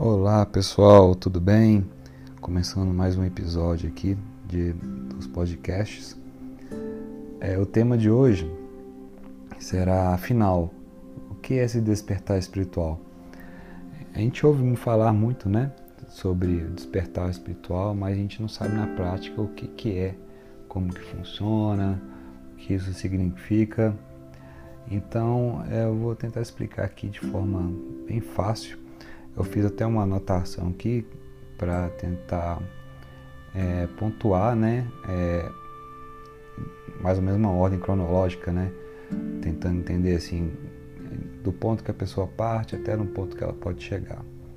Olá pessoal, tudo bem? Começando mais um episódio aqui dos podcasts. O tema de hoje será, afinal, o que é esse despertar espiritual? A gente ouve me falar muito, sobre o despertar espiritual, mas a gente não sabe na prática o que é, como que funciona, o que isso significa. Então eu vou tentar explicar aqui de forma bem fácil. Eu fiz até uma anotação aqui para tentar pontuar, mais ou menos uma ordem cronológica, tentando entender assim, do ponto que a pessoa parte até no ponto que ela pode chegar.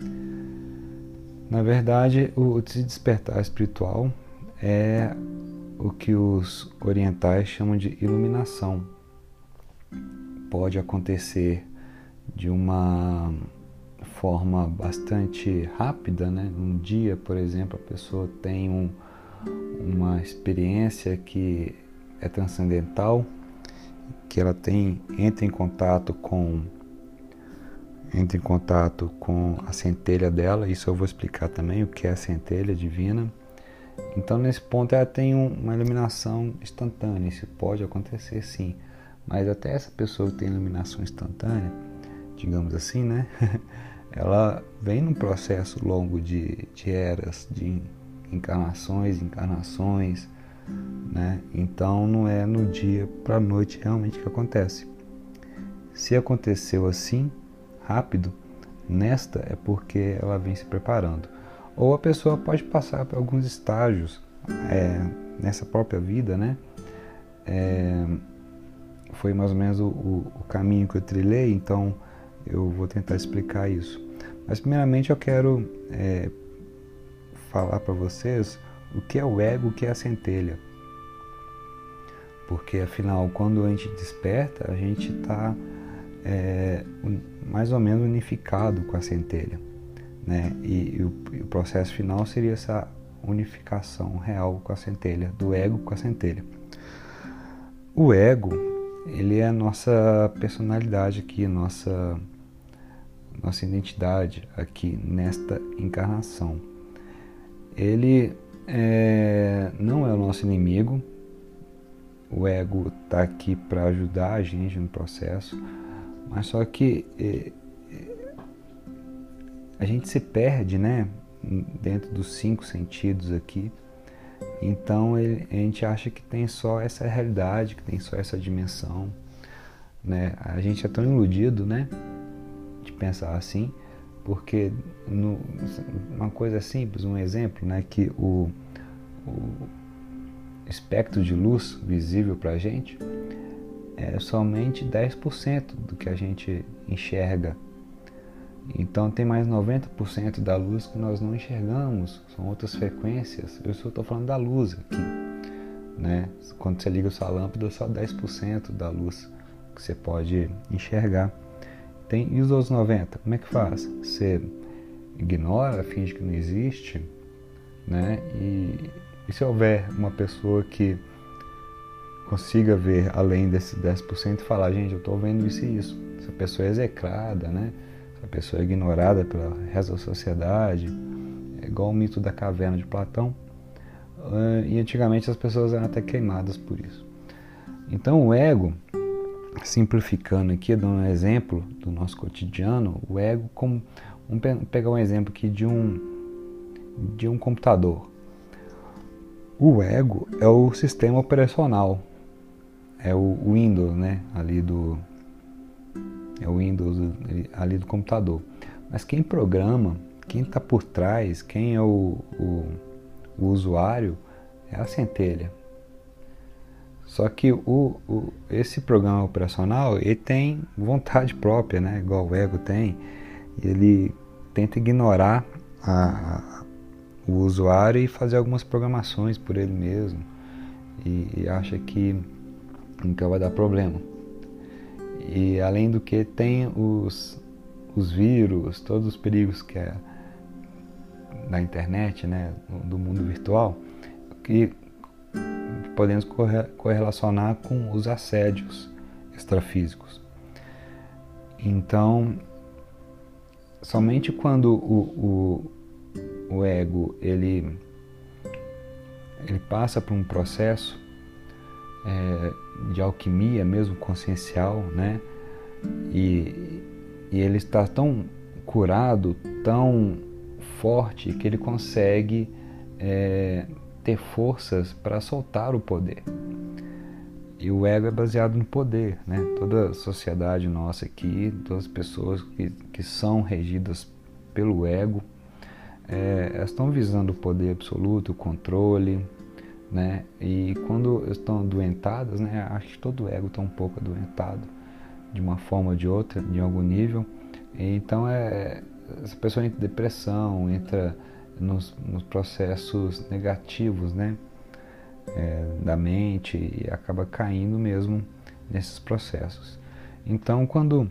Na verdade, o despertar espiritual é o que os orientais chamam de iluminação. Pode acontecer de uma forma bastante rápida, Um dia, por exemplo, a pessoa tem uma experiência que é transcendental, que ela entra em contato com a centelha dela. Isso eu vou explicar também o que é a centelha divina. Então, nesse ponto, ela tem uma iluminação instantânea. Isso pode acontecer, sim. Mas até essa pessoa que tem iluminação instantânea, digamos assim, ela vem num processo longo de eras, de encarnações, Então não é no dia para a noite realmente que acontece. Se aconteceu assim, rápido, nesta é porque ela vem se preparando. Ou a pessoa pode passar por alguns estágios nessa própria vida, Foi mais ou menos o caminho que eu trilhei, então eu vou tentar explicar isso. Mas primeiramente eu quero falar para vocês o que é o ego, o que é a centelha. Porque afinal, quando a gente desperta, a gente está mais ou menos unificado com a centelha. E o processo final seria essa unificação real com a centelha, do ego com a centelha. O ego, ele é a nossa personalidade aqui, nossa identidade aqui nesta encarnação. Ele não é o nosso inimigo. O ego está aqui para ajudar a gente no processo, mas só que a gente se perde, dentro dos 5 sentidos aqui. Então a gente acha que tem só essa realidade, que tem só essa dimensão, A gente é tão iludido, de pensar assim, porque uma coisa simples, um exemplo, que o espectro de luz visível para a gente é somente 10% do que a gente enxerga. Então tem mais 90% da luz que nós não enxergamos, são outras frequências. Eu só estou falando da luz aqui, Quando você liga a sua lâmpada, é só 10% da luz que você pode enxergar. E os outros 90%, como é que faz? Você ignora, finge que não existe, E se houver uma pessoa que consiga ver além desses 10% e falar, gente, eu estou vendo isso e isso. Essa pessoa é execrada, Essa pessoa é ignorada pela resto da sociedade. É igual o mito da caverna de Platão. E antigamente as pessoas eram até queimadas por isso. Então o ego, simplificando aqui, dando um exemplo do nosso cotidiano, o ego, vamos pegar um exemplo aqui de um computador. O ego é o sistema operacional, é o Windows, é o Windows ali do computador. Mas quem programa, quem está por trás, quem é o usuário, é a centelha. Só que esse programa operacional, ele tem vontade própria, igual o ego tem. Ele tenta ignorar o usuário e fazer algumas programações por ele mesmo. E acha que nunca vai dar problema. E além do que, tem os vírus, todos os perigos que é da internet, do mundo virtual, que podemos correlacionar com os assédios extrafísicos. Então, somente quando o ego ele passa por um processo de alquimia mesmo consciencial, né? E ele está tão curado, tão forte, que ele consegue ter forças para soltar o poder. E o ego é baseado no poder, né? Toda a sociedade nossa aqui, todas as pessoas que são regidas pelo ego, elas estão visando o poder absoluto, o controle, né? E quando estão adoentadas, né? Acho que todo ego está um pouco adoentado, de uma forma ou de outra, de algum nível. E então essa pessoa entra em depressão, entra nos processos negativos, né? Da mente, e acaba caindo mesmo nesses processos. Então, quando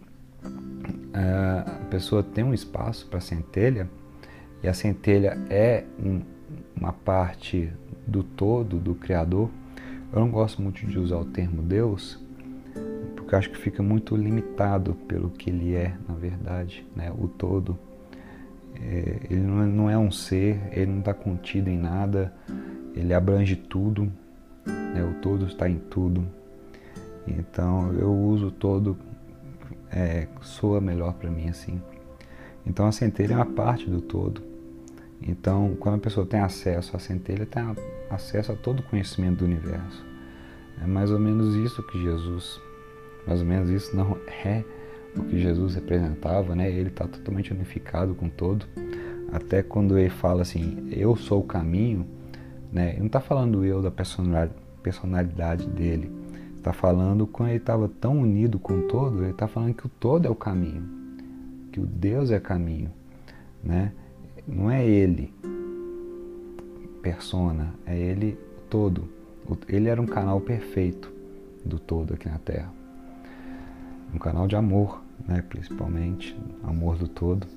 a pessoa tem um espaço para a centelha, e a centelha é uma parte do todo, do Criador, eu não gosto muito de usar o termo Deus, porque eu acho que fica muito limitado pelo que ele é, na verdade, né? O todo. Ele não é um ser, ele não está contido em nada, ele abrange tudo, né? O todo está em tudo. Então eu uso o todo, soa melhor para mim assim. Então a centelha é uma parte do todo. Então quando a pessoa tem acesso à centelha, tem acesso a todo o conhecimento do universo. É mais ou menos isso que Jesus, mais ou menos isso não é o que Jesus representava, né? Ele está totalmente unificado com todo. Até quando ele fala assim, eu sou o caminho, né? Ele não está falando eu da personalidade dele. Está falando quando ele estava tão unido com o todo, ele está falando que o todo é o caminho, que o Deus é caminho, né? Não é ele, persona, é ele todo. Ele era um canal perfeito do todo aqui na Terra. Um canal de amor, né? Principalmente, amor do todo.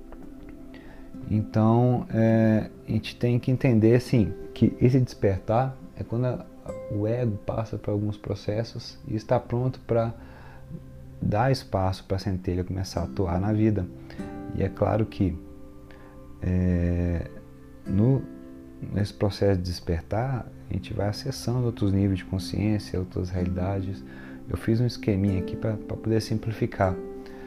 Então, a gente tem que entender assim, que esse despertar é quando o ego passa por alguns processos e está pronto para dar espaço para a centelha começar a atuar na vida. E é claro que nesse processo de despertar, a gente vai acessando outros níveis de consciência, outras realidades. Eu fiz um esqueminha aqui para poder simplificar.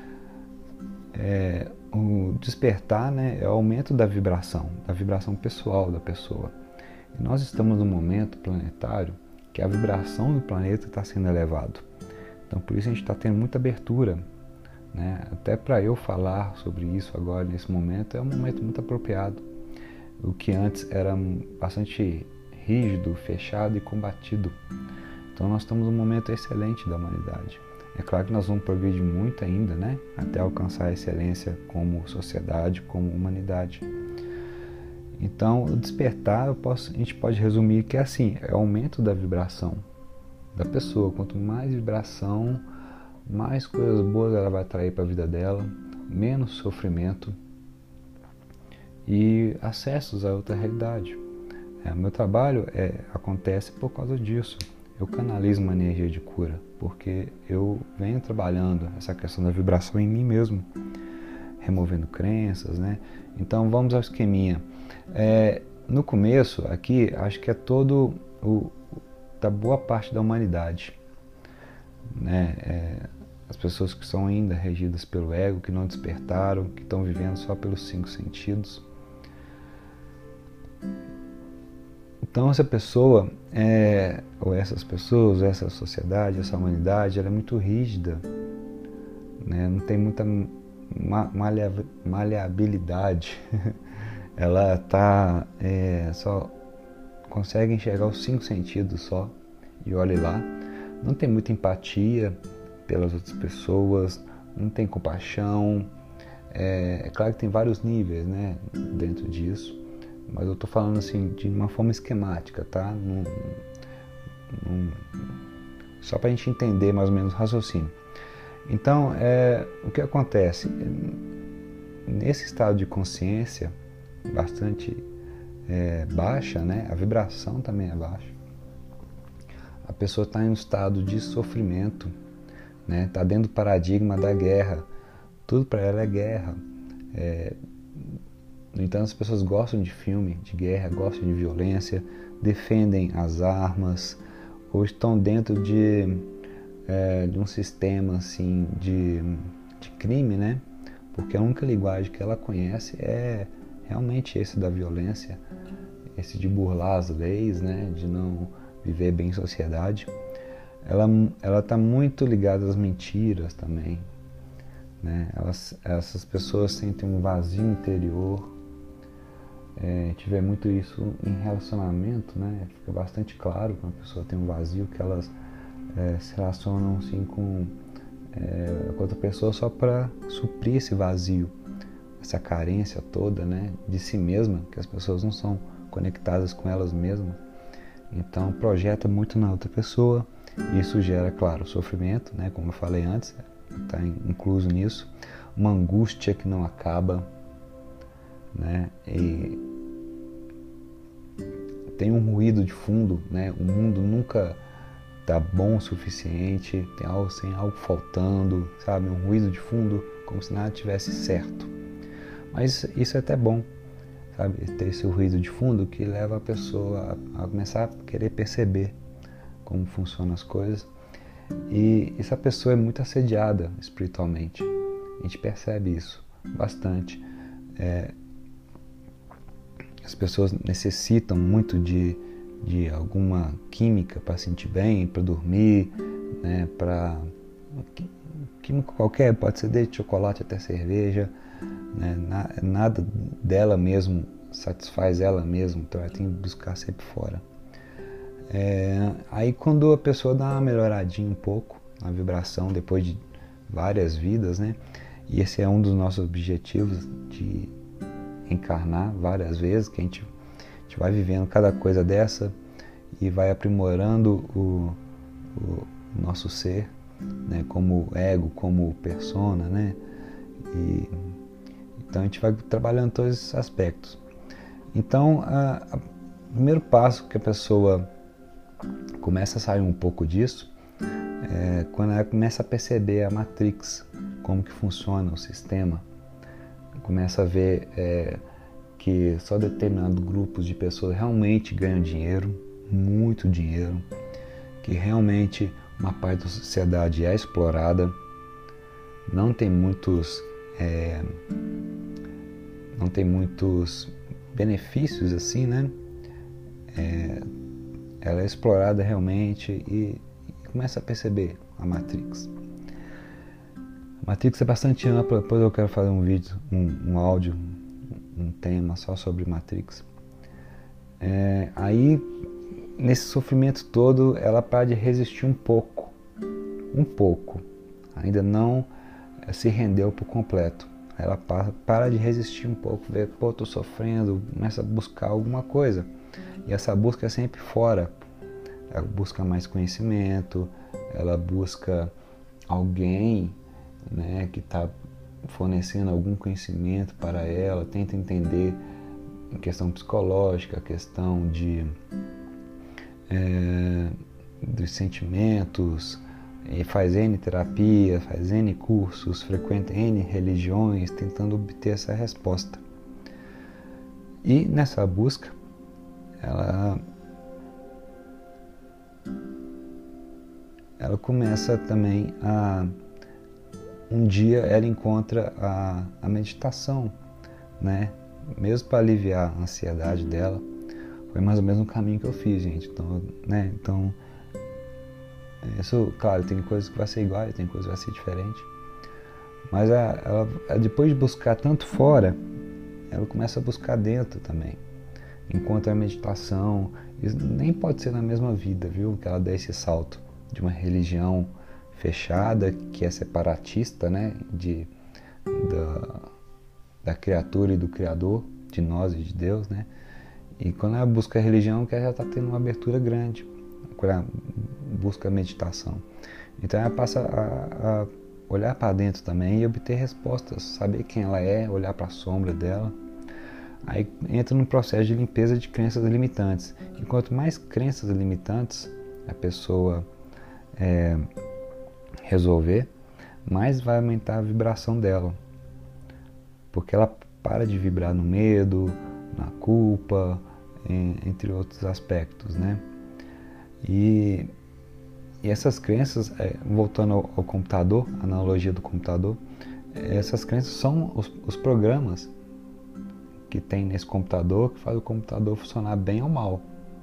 O despertar, né, é o aumento da vibração pessoal da pessoa. E nós estamos num momento planetário que a vibração do planeta está sendo elevado. Então por isso a gente está tendo muita abertura, né? Até para eu falar sobre isso agora, nesse momento, é um momento muito apropriado. O que antes era bastante rígido, fechado e combatido. Então nós estamos num momento excelente da humanidade. É claro que nós vamos progredir muito ainda, né? Até alcançar a excelência como sociedade, como humanidade. Então, o despertar, a gente pode resumir que é assim, é o aumento da vibração da pessoa. Quanto mais vibração, mais coisas boas ela vai atrair para a vida dela, menos sofrimento e acessos a outra realidade. Meu trabalho acontece por causa disso. Eu canalizo uma energia de cura, porque eu venho trabalhando essa questão da vibração em mim mesmo, removendo crenças, né? Então vamos ao esqueminha. No começo, aqui, acho que é todo da boa parte da humanidade, né? As pessoas que são ainda regidas pelo ego, que não despertaram, que estão vivendo só pelos 5 sentidos. Então essa pessoa, ou essas pessoas, essa sociedade, essa humanidade, ela é muito rígida, né? Não tem muita maleabilidade. Ela só consegue enxergar os 5 sentidos só, e olhe lá. Não tem muita empatia pelas outras pessoas, não tem compaixão. É claro que tem vários níveis, né, dentro disso, mas eu estou falando assim de uma forma esquemática, tá? Só para a gente entender mais ou menos o raciocínio. Então, o que acontece? Nesse estado de consciência bastante baixa, né? A vibração também é baixa. A pessoa está em um estado de sofrimento, né? Está dentro do paradigma da guerra. Tudo para ela é guerra. No entanto, as pessoas gostam de filme, de guerra, gostam de violência, defendem as armas, ou estão dentro de um sistema assim, de crime, né? Porque a única linguagem que ela conhece é realmente esse da violência, esse de burlar as leis, né? De não viver bem em sociedade. Ela está muito ligada às mentiras também, né? Essas pessoas sentem um vazio interior. Tiver muito isso em relacionamento, né? Fica bastante claro que uma pessoa tem um vazio, que elas se relacionam assim com outra pessoa só para suprir esse vazio, essa carência toda, né, de si mesma, que as pessoas não são conectadas com elas mesmas. Então projeta muito na outra pessoa, e isso gera, claro, sofrimento, né, como eu falei antes, está incluso nisso, uma angústia que não acaba, né, e tem um ruído de fundo, né, o mundo nunca tá bom o suficiente, tem algo faltando, sabe? Um ruído de fundo, como se nada tivesse certo. Mas isso é até bom, sabe? Ter esse ruído de fundo que leva a pessoa a começar a querer perceber como funcionam as coisas. E essa pessoa é muito assediada espiritualmente. A gente percebe isso bastante. As pessoas necessitam muito de alguma química para sentir bem, para dormir, né, para química qualquer, pode ser desde chocolate até cerveja, né, nada dela mesmo satisfaz ela mesma, então ela tem que buscar sempre fora. Aí quando a pessoa dá uma melhoradinha um pouco na vibração depois de várias vidas, né, e esse é um dos nossos objetivos de encarnar várias vezes, que a gente vai vivendo cada coisa dessa e vai aprimorando o nosso ser, né, como ego, como persona, né? Então a gente vai trabalhando todos esses aspectos. Então, o primeiro passo que a pessoa começa a sair um pouco disso é quando ela começa a perceber a Matrix, como que funciona o sistema, começa a ver que só determinados grupos de pessoas realmente ganham dinheiro, muito dinheiro, que realmente uma parte da sociedade é explorada, não tem muitos benefícios assim, né? Ela é explorada realmente e começa a perceber a Matrix. A Matrix é bastante ampla, depois eu quero fazer um vídeo, um áudio, um tema só sobre Matrix. Aí, nesse sofrimento todo, ela para de resistir um pouco, ainda não se rendeu por completo. Ela para de resistir um pouco, vê, pô, tô sofrendo, começa a buscar alguma coisa. E essa busca é sempre fora. Ela busca mais conhecimento, ela busca alguém, né, que está fornecendo algum conhecimento para ela, tenta entender em questão psicológica, a questão dos sentimentos, e faz N terapia, faz N cursos, frequenta N religiões, tentando obter essa resposta. E nessa busca, ela começa também um dia ela encontra a meditação, né? Mesmo para aliviar a ansiedade dela. Foi mais ou menos o caminho que eu fiz, gente. Então, né? Então, isso, claro, tem coisas que vai ser igual, tem coisas que vai ser diferente. Mas ela, depois de buscar tanto fora, ela começa a buscar dentro também. Encontra a meditação. Isso nem pode ser na mesma vida, viu? Que ela dá esse salto de uma religião fechada, que é separatista, né, da criatura e do Criador, de nós e de Deus, né, e quando ela busca a religião, que ela já está tendo uma abertura grande, quando ela busca a meditação. Então ela passa a olhar para dentro também e obter respostas, saber quem ela é, olhar para a sombra dela. Aí entra num processo de limpeza de crenças limitantes. E quanto mais crenças limitantes a pessoa resolver, mais vai aumentar a vibração dela. porque ela para de vibrar no medo, na culpa, entre outros aspectos, né? E essas crenças, voltando ao computador, a analogia do computador, essas crenças são os programas que tem nesse computador que faz o computador funcionar bem ou mal.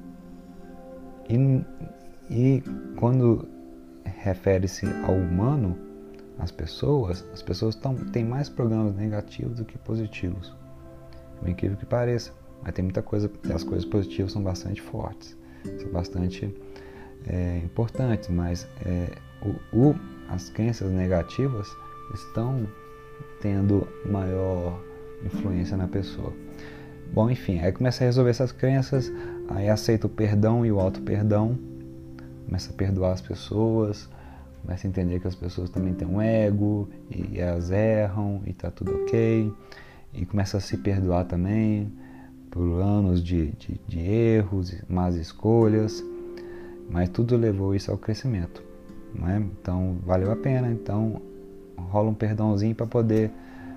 E quando refere-se ao humano, as pessoas têm mais programas negativos do que positivos. Por incrível que pareça. Mas tem muita coisa, as coisas positivas são bastante fortes, são bastante importantes, mas as crenças negativas estão tendo maior influência na pessoa. Bom, enfim, aí começa a resolver essas crenças, aí aceita o perdão e o auto-perdão, começa a perdoar as pessoas, começa a entender que as pessoas também têm um ego, e elas erram, e tá tudo ok, e começa a se perdoar também por anos de erros, más escolhas, mas tudo levou isso ao crescimento, não é? Então valeu a pena, então rola um perdãozinho para poder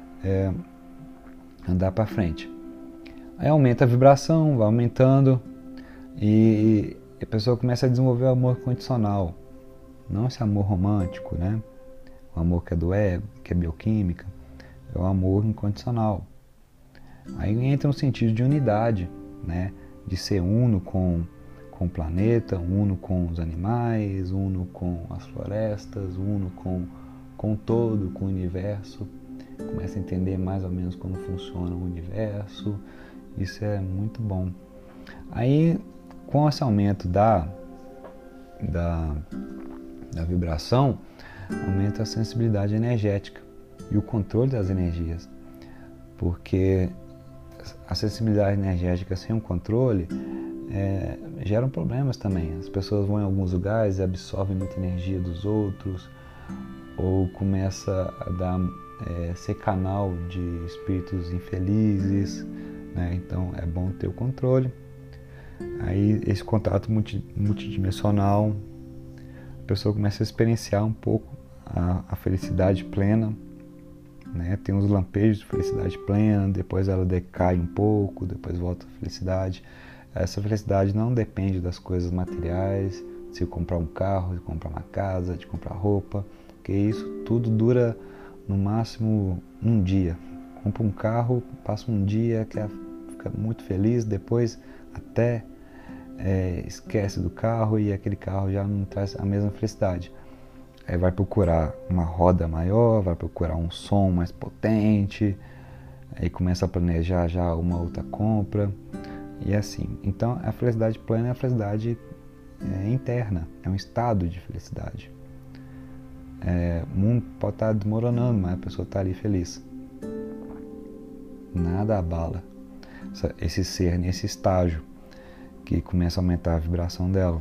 andar para frente. Aí aumenta a vibração, vai aumentando e a pessoa começa a desenvolver o amor condicional, não esse amor romântico, né? O amor que é do ego, que é bioquímica, é o amor incondicional. Aí entra um sentido de unidade, né? De ser uno com o planeta, uno com os animais, uno com as florestas, uno com o todo, com o universo. Começa a entender mais ou menos como funciona o universo. Isso é muito bom. Aí, com esse aumento da vibração, aumenta a sensibilidade energética e o controle das energias. Porque a sensibilidade energética sem um controle geram problemas também. As pessoas vão em alguns lugares e absorvem muita energia dos outros, ou começa a ser canal de espíritos infelizes, né? Então é bom ter o controle. Aí esse contato multidimensional, a pessoa começa a experienciar um pouco a felicidade plena, né? Tem uns lampejos de felicidade plena, depois ela decai um pouco, depois volta a felicidade. Essa felicidade não depende das coisas materiais, de comprar um carro, de comprar uma casa, de comprar roupa, porque isso tudo dura no máximo um dia. Compra um carro, passa um dia, fica muito feliz, depois até esquece do carro e aquele carro já não traz a mesma felicidade. Aí vai procurar uma roda maior, vai procurar um som mais potente, aí começa a planejar já uma outra compra e assim. Então a felicidade plena é a felicidade interna, é um estado de felicidade. O mundo pode estar desmoronando, mas a pessoa está ali feliz. Nada abala esse ser nesse estágio que começa a aumentar a vibração dela.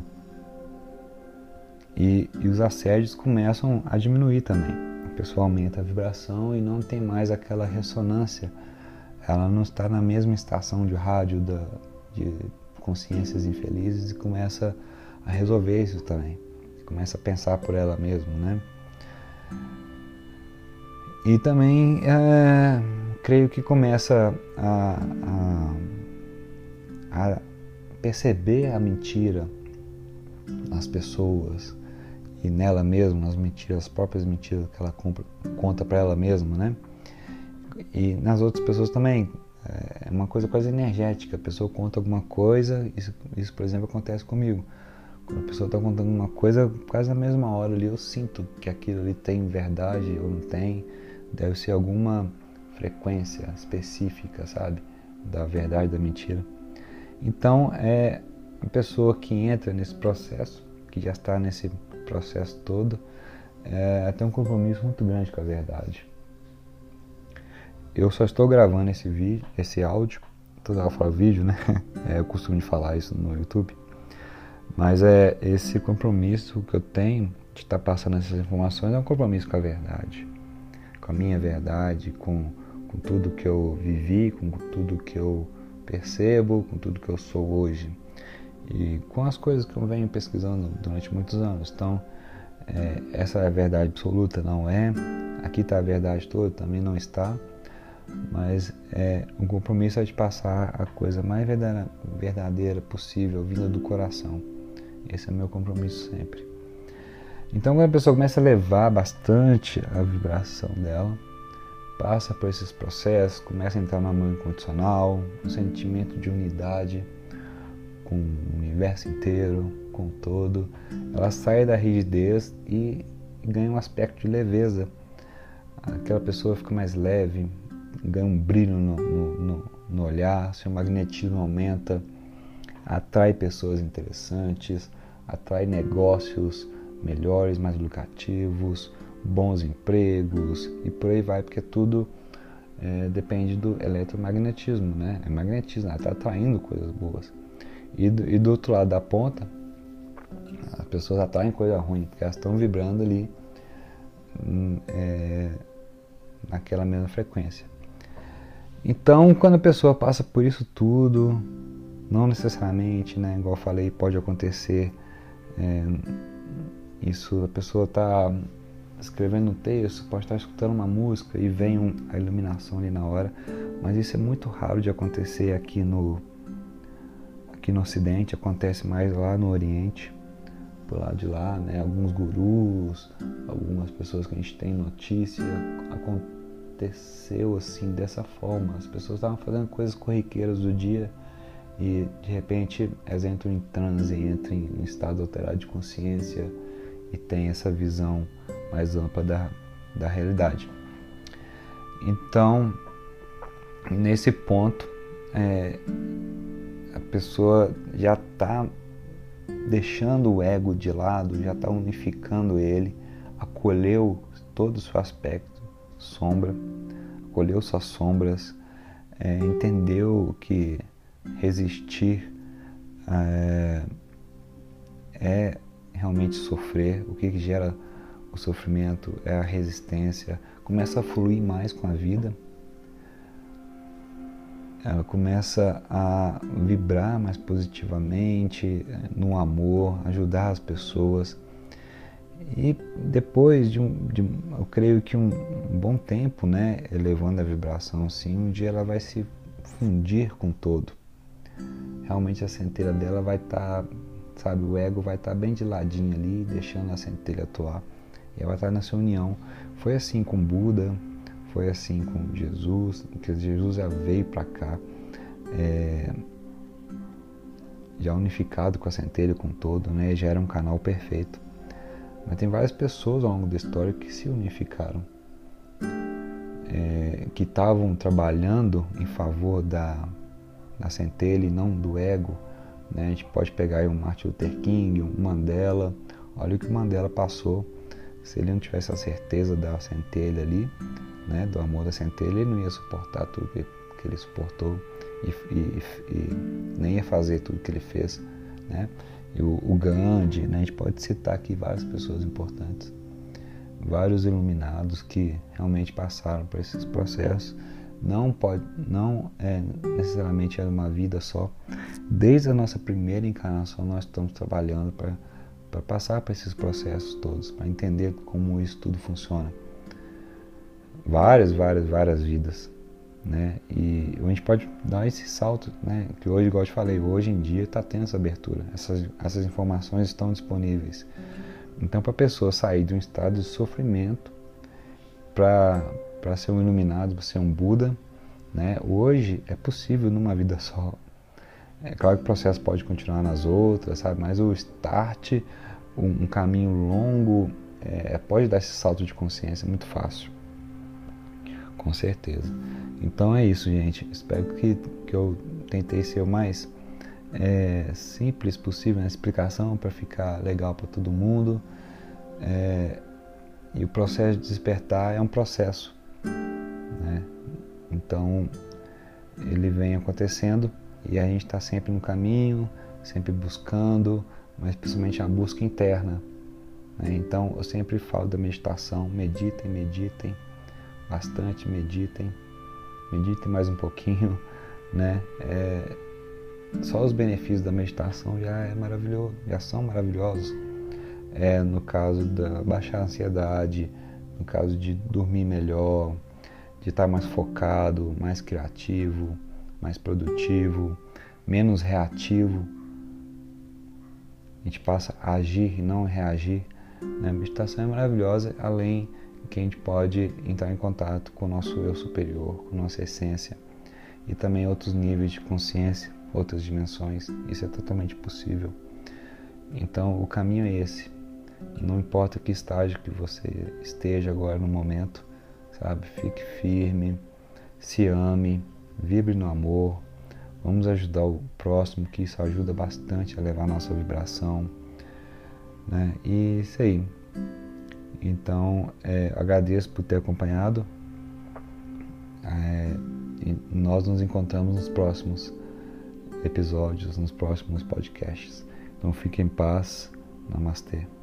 E os assédios começam a diminuir também. A pessoa aumenta a vibração e não tem mais aquela ressonância. Ela não está na mesma estação de rádio de consciências infelizes e começa a resolver isso também. Começa a pensar por ela mesma, né? E também creio que começa a perceber a mentira nas pessoas e nela mesma, nas mentiras, as próprias mentiras que ela conta para ela mesma, né? E nas outras pessoas também. É uma coisa quase energética. A pessoa conta alguma coisa, isso por exemplo acontece comigo. Quando a pessoa está contando uma coisa, quase na mesma hora ali eu sinto que aquilo ali tem verdade ou não tem. Deve ser alguma frequência específica, sabe? Da verdade, da mentira. Então, a pessoa que entra nesse processo, que já está nesse processo todo, tem um compromisso muito grande com a verdade. Eu só estou gravando esse áudio, toda hora eu falo vídeo, né? Eu costumo de falar isso no YouTube. Mas esse compromisso que eu tenho de estar passando essas informações é um compromisso com a verdade. Com a minha verdade, com tudo que eu vivi, com tudo que eu percebo, com tudo que eu sou hoje. E com as coisas que eu venho pesquisando durante muitos anos. Então, essa é a verdade absoluta? Não é. Aqui está a verdade toda? Também não está. mas o compromisso é de passar a coisa mais verdadeira possível, vinda do coração. Esse é o meu compromisso sempre. Então, quando a pessoa começa a levar bastante a vibração dela, passa por esses processos, começa a entrar no amor incondicional, um sentimento de unidade com o universo inteiro, com o todo, ela sai da rigidez e ganha um aspecto de leveza. Aquela pessoa fica mais leve, ganha um brilho no olhar, seu magnetismo aumenta, atrai pessoas interessantes, atrai negócios melhores, mais lucrativos, bons empregos e por aí vai, porque tudo depende do eletromagnetismo, né? É magnetismo, ela está atraindo coisas boas. E do outro lado da ponta, as pessoas atraem coisa ruim, porque elas estão vibrando ali naquela mesma frequência. Então, quando a pessoa passa por isso tudo, não necessariamente, né, igual eu falei, pode acontecer isso, a pessoa está escrevendo um texto, pode estar escutando uma música e vem a iluminação ali na hora, mas isso é muito raro de acontecer aqui no Ocidente, acontece mais lá no Oriente, por lado de lá, né? Alguns gurus, algumas pessoas que a gente tem notícia, aconteceu assim, dessa forma. As pessoas estavam fazendo coisas corriqueiras do dia e de repente elas entram em transe, entram em estado alterado de consciência e tem essa visão mais ampla da realidade. Então, nesse ponto, a pessoa já está deixando o ego de lado, já está unificando ele, acolheu todo o seu aspecto sombra, acolheu suas sombras, entendeu que resistir é realmente sofrer, o que gera o sofrimento é a resistência, começa a fluir mais com a vida, ela começa a vibrar mais positivamente, no amor, ajudar as pessoas. E depois eu creio que um bom tempo, né, elevando a vibração assim, um dia ela vai se fundir com todo. Realmente a centelha dela vai estar, sabe, o ego vai estar bem de ladinho ali, deixando a centelha atuar. E ela vai estar nessa união. Foi assim com Buda, foi assim com Jesus, porque Jesus já veio para cá, já unificado com a centelha, com todo, né? Já era um canal perfeito. Mas tem várias pessoas ao longo da história que se unificaram, que estavam trabalhando em favor da centelha e não do ego, né? A gente pode pegar aí um Martin Luther King, um Mandela. Olha o que o Mandela passou. Se ele não tivesse a certeza da centelha ali, né, do amor da centelha, ele não ia suportar tudo que ele suportou e nem ia fazer tudo que ele fez, né? E o Gandhi, né, a gente pode citar aqui várias pessoas importantes, vários iluminados que realmente passaram por esses processos. Não é necessariamente uma vida só. Desde a nossa primeira encarnação nós estamos trabalhando para passar por esses processos todos, para entender como isso tudo funciona. Várias vidas, né? E a gente pode dar esse salto, né? Que hoje, igual eu te falei, hoje em dia está tendo essa abertura, essas informações estão disponíveis. Então, para a pessoa sair de um estado de sofrimento para ser um iluminado, para ser um Buda, né? Hoje é possível numa vida só. É claro que o processo pode continuar nas outras, sabe? Mas o start, um caminho longo, pode dar esse salto de consciência muito fácil. Com certeza. Então é isso, gente. Espero que eu tentei ser o mais simples possível na explicação para ficar legal para todo mundo. E o processo de despertar é um processo, né? Então ele vem acontecendo e a gente está sempre no caminho, sempre buscando, mas principalmente a busca interna, né? Então eu sempre falo da meditação. Meditem bastante, meditem mais um pouquinho, né? Só os benefícios da meditação já são maravilhosos. No caso da baixar a ansiedade, no caso de dormir melhor, de estar mais focado, mais criativo, mais produtivo, menos reativo. A gente passa a agir e não reagir. A meditação é maravilhosa, além que a gente pode entrar em contato com o nosso eu superior, com a nossa essência e também outros níveis de consciência, outras dimensões. Isso é totalmente possível. Então o caminho é esse. Não importa que estágio que você esteja agora no momento, sabe? Fique firme, se ame, vibre no amor. Vamos ajudar o próximo, que isso ajuda bastante a levar a nossa vibração, né? E isso aí. Então, agradeço por ter acompanhado. E nós nos encontramos nos próximos episódios, nos próximos podcasts. Então, fique em paz. Namastê.